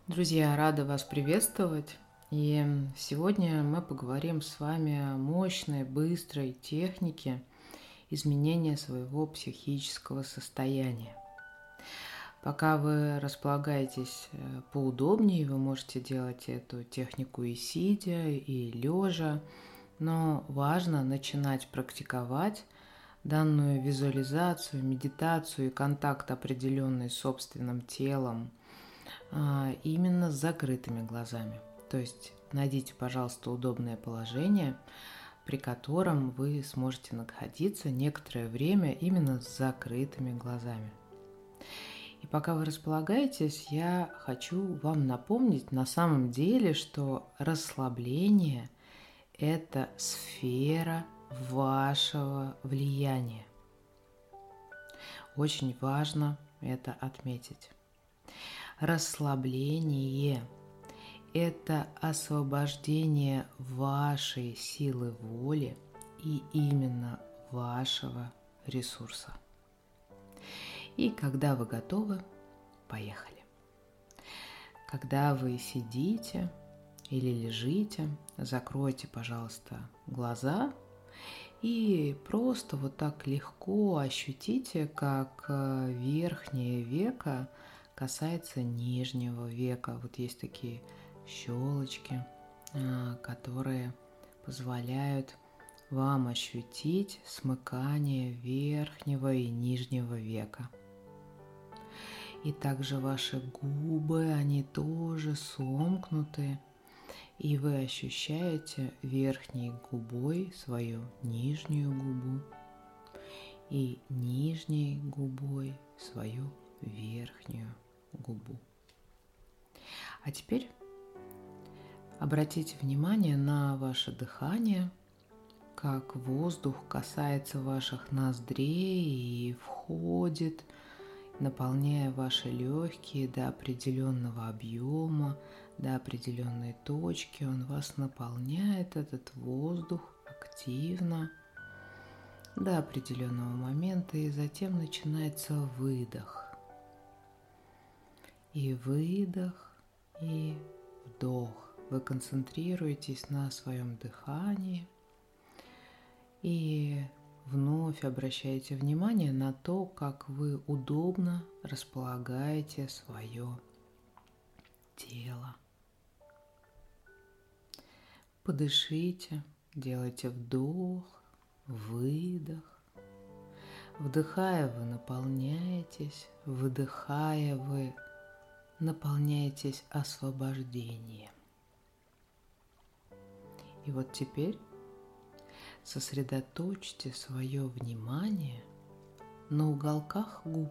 Друзья, рада вас приветствовать. И сегодня мы поговорим с вами о мощной, быстрой технике изменения своего психического состояния. Пока вы располагаетесь поудобнее, вы можете делать эту технику и сидя, и лежа, но важно начинать практиковать данную визуализацию, медитацию и контакт определенный с собственным телом именно с закрытыми глазами. То есть найдите, пожалуйста, удобное положение, при котором вы сможете находиться некоторое время именно с закрытыми глазами. И пока вы располагаетесь, я хочу вам напомнить на самом деле, что расслабление – это сфера вашего влияния. Очень важно это отметить. Расслабление – это освобождение вашей силы воли и именно вашего ресурса. И когда вы готовы, поехали. Когда вы сидите или лежите, закройте, пожалуйста, глаза и просто вот так легко ощутите, как верхнее веко касается нижнего века. Вот есть такие щелочки, которые позволяют вам ощутить смыкание верхнего и нижнего века. И также ваши губы, они тоже сомкнуты, и вы ощущаете верхней губой свою нижнюю губу и нижней губой свою верхнюю губу. А теперь обратите внимание на ваше дыхание, как воздух касается ваших ноздрей и входит, наполняя ваши легкие до определенного объема, до определенной точки. Он вас наполняет, этот воздух, активно до определенного момента, и затем начинается выдох. И выдох, и вдох. Вы концентрируетесь на своем дыхании и вновь обращаете внимание на то, как вы удобно располагаете свое тело. Подышите, делайте вдох, выдох. Вдыхая, вы наполняетесь, выдыхая, вы наполняетесь освобождением. И вот теперь сосредоточьте свое внимание на уголках губ.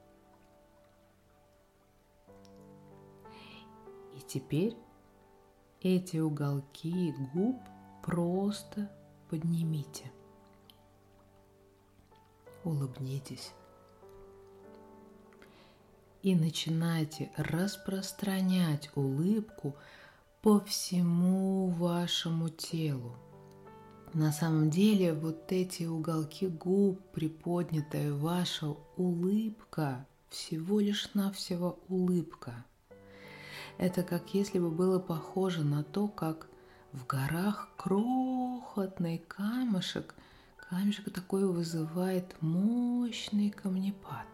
И теперь эти уголки губ просто поднимите. Улыбнитесь. И начинайте распространять улыбку по всему вашему телу. На самом деле вот эти уголки губ, приподнятая ваша улыбка, всего лишь навсего улыбка. Это как если бы было похоже на то, как в горах крохотный камешек такой вызывает мощный камнепад.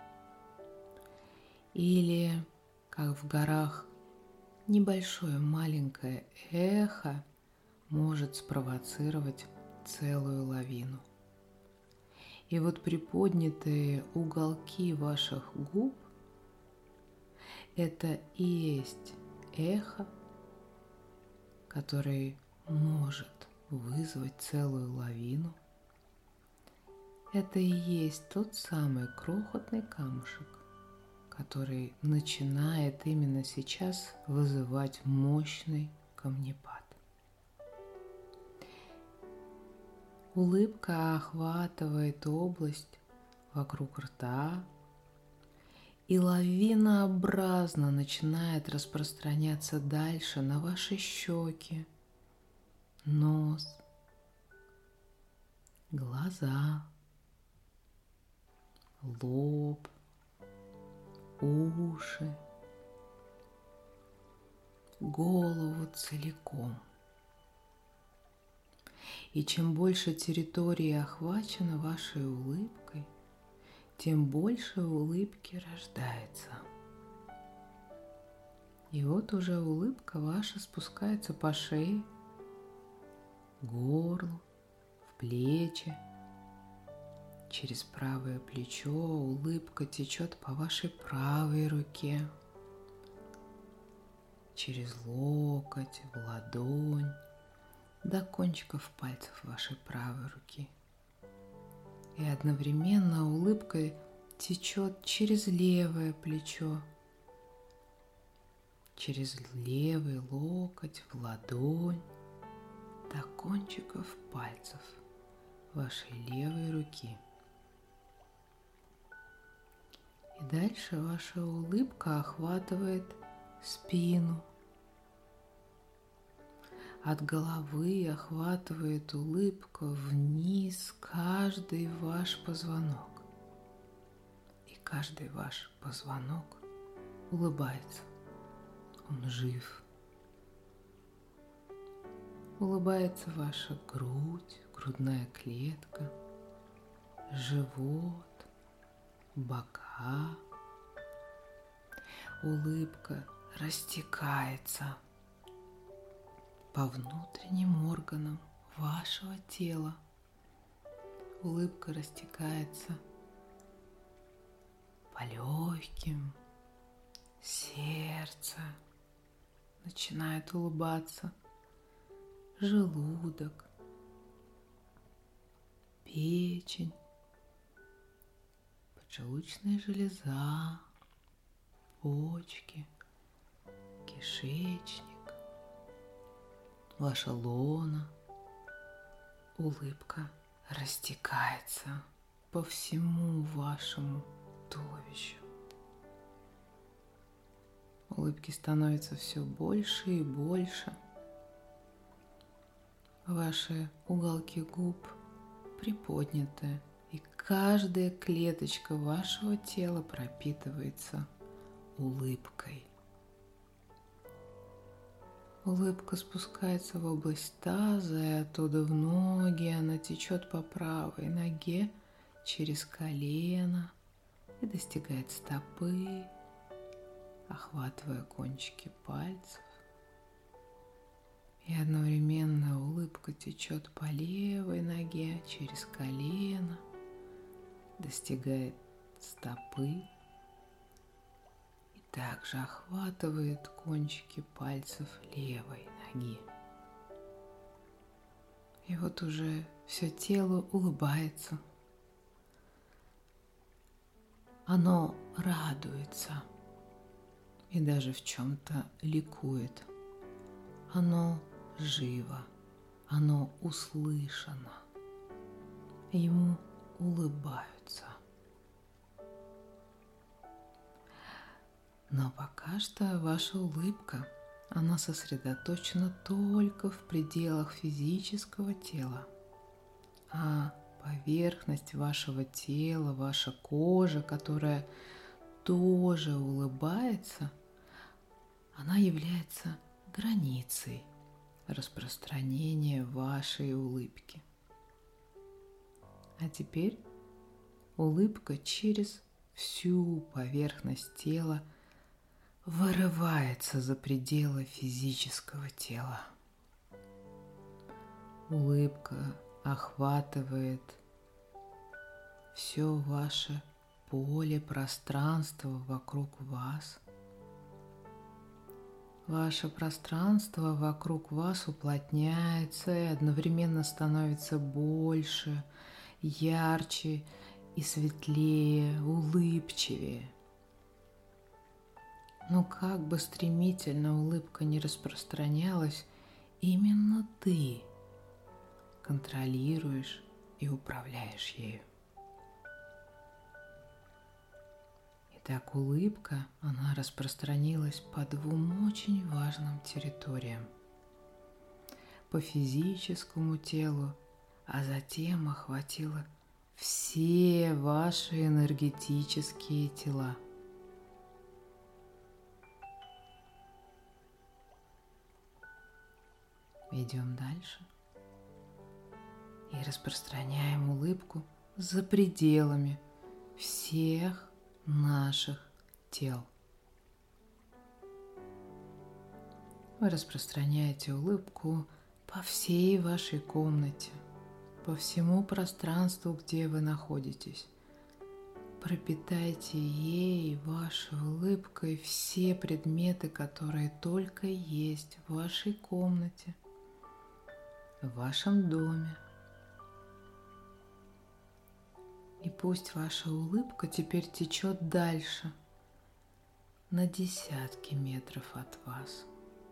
Или как в горах небольшое маленькое эхо может спровоцировать целую лавину. И вот приподнятые уголки ваших губ – это и есть эхо, который может вызвать целую лавину. Это и есть тот самый крохотный камушек, который начинает именно сейчас вызывать мощный камнепад. Улыбка охватывает область вокруг рта и лавинообразно начинает распространяться дальше на ваши щеки, нос, глаза, лоб, уши, голову целиком. И чем больше территории охвачено вашей улыбкой, тем больше улыбки рождается. И вот уже улыбка ваша спускается по шее, горлу, в плечи. Через правое плечо улыбка течет по вашей правой руке, через локоть, в ладонь, до кончиков пальцев вашей правой руки. И одновременно улыбка течет через левое плечо, через левый локоть, в ладонь, до кончиков пальцев вашей левой руки. И дальше ваша улыбка охватывает спину. От головы охватывает улыбка вниз каждый ваш позвонок. И каждый ваш позвонок улыбается. Он жив. Улыбается ваша грудь, грудная клетка, живот, бока. Улыбка растекается по внутренним органам вашего тела. Улыбка растекается по легким, сердце начинает улыбаться, желудок, печень, поджелудочная железа, почки, кишечник, ваша лона. Улыбка растекается по всему вашему туловищу. Улыбки становится все больше и больше. Ваши уголки губ приподняты, и каждая клеточка вашего тела пропитывается улыбкой. Улыбка спускается в область таза, и оттуда в ноги. Она течет по правой ноге через колено и достигает стопы, охватывая кончики пальцев. И одновременно улыбка течет по левой ноге через колено, достигает стопы и также охватывает кончики пальцев левой ноги. И вот уже все тело улыбается. Оно радуется и даже в чем-то ликует. Оно живо, оно услышано, ему улыбаются. Но пока что ваша улыбка, она сосредоточена только в пределах физического тела, а поверхность вашего тела, ваша кожа, которая тоже улыбается, она является границей распространения вашей улыбки. А теперь улыбка через всю поверхность тела вырывается за пределы физического тела. Улыбка охватывает все ваше поле, пространство вокруг вас. Ваше пространство вокруг вас уплотняется и одновременно становится больше, ярче и светлее, улыбчивее. Но как бы стремительно улыбка не распространялась, именно ты контролируешь и управляешь ею. Итак, улыбка, она распространилась по двум очень важным территориям. По физическому телу, а затем охватила все ваши энергетические тела. идем дальше и распространяем улыбку за пределами всех наших тел. Вы распространяете улыбку по всей вашей комнате, по всему пространству, где вы находитесь. Пропитайте ей, вашей улыбкой, все предметы, которые только есть в вашей комнате, в вашем доме. И пусть ваша улыбка теперь течет дальше, на десятки метров от вас,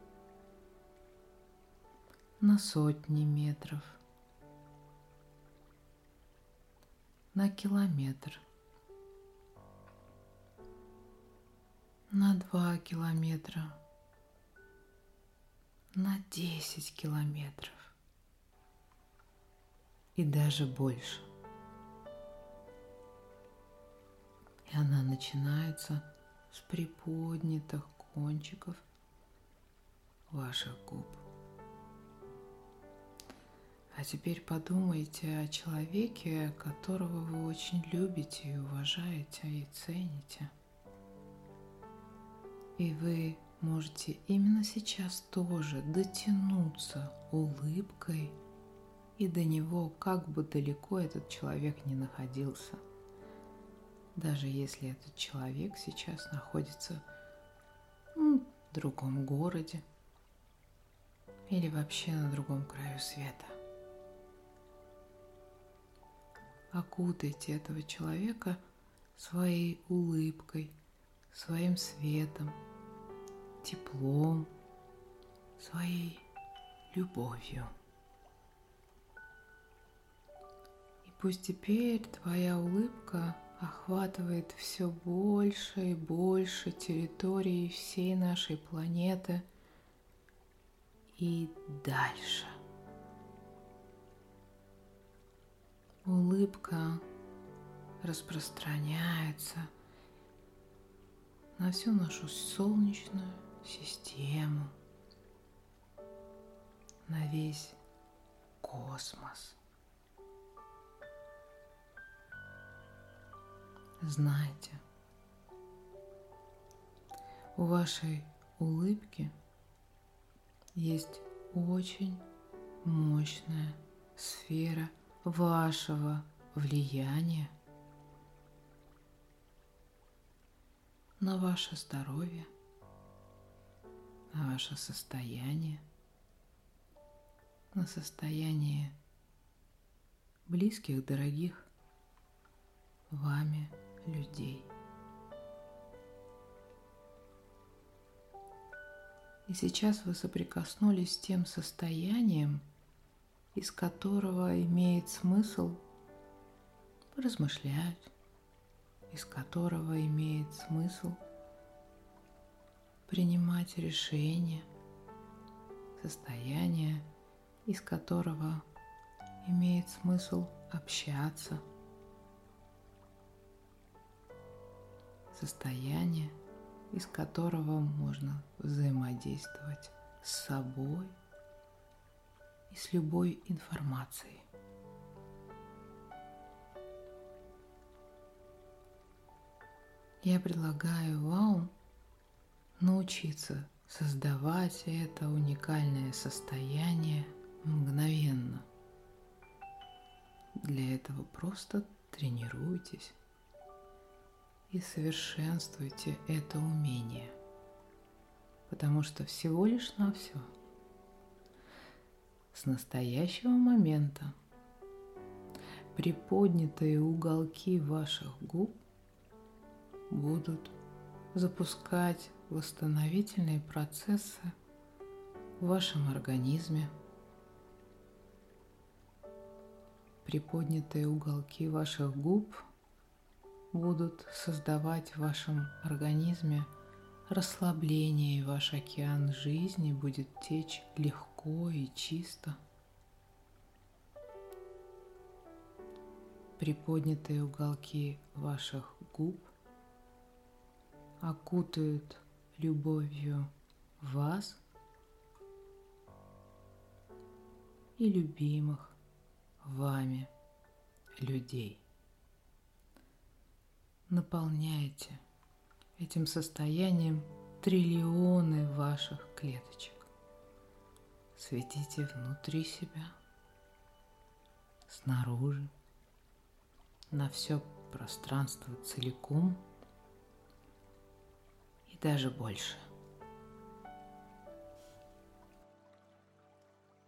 на сотни метров, на километр, на 2 километра, на 10 километров и даже больше. И она начинается с приподнятых кончиков ваших губ. А теперь подумайте о человеке, которого вы очень любите и уважаете и цените. И вы можете именно сейчас тоже дотянуться улыбкой и до него, как бы далеко этот человек ни находился. Даже если этот человек сейчас находится в другом городе или вообще на другом краю света. Окутайте этого человека своей улыбкой, своим светом, теплом, своей любовью. И пусть теперь твоя улыбка охватывает все больше и больше территории всей нашей планеты и дальше. Улыбка распространяется на всю нашу солнечную систему, на весь космос. Знайте, у вашей улыбки есть очень мощная сфера вашего влияния на ваше здоровье, на ваше состояние, на состояние близких, дорогих вами людей. И сейчас вы соприкоснулись с тем состоянием, из которого имеет смысл размышлять, из которого имеет смысл принимать решения, состояние, из которого имеет смысл общаться, состояние, из которого можно взаимодействовать с собой и с любой информацией. Я предлагаю вам научиться создавать это уникальное состояние мгновенно. Для этого просто тренируйтесь и совершенствуйте это умение, потому что всего лишь навсего с настоящего момента приподнятые уголки ваших губ будут запускать восстановительные процессы в вашем организме. Приподнятые уголки ваших губ будут создавать в вашем организме расслабление, и ваш океан жизни будет течь легко и чисто. Приподнятые уголки ваших губ окутают любовью вас и любимых вами людей. Наполняйте этим состоянием триллионы ваших клеточек. Светите внутри себя, снаружи, на все пространство целиком и даже больше.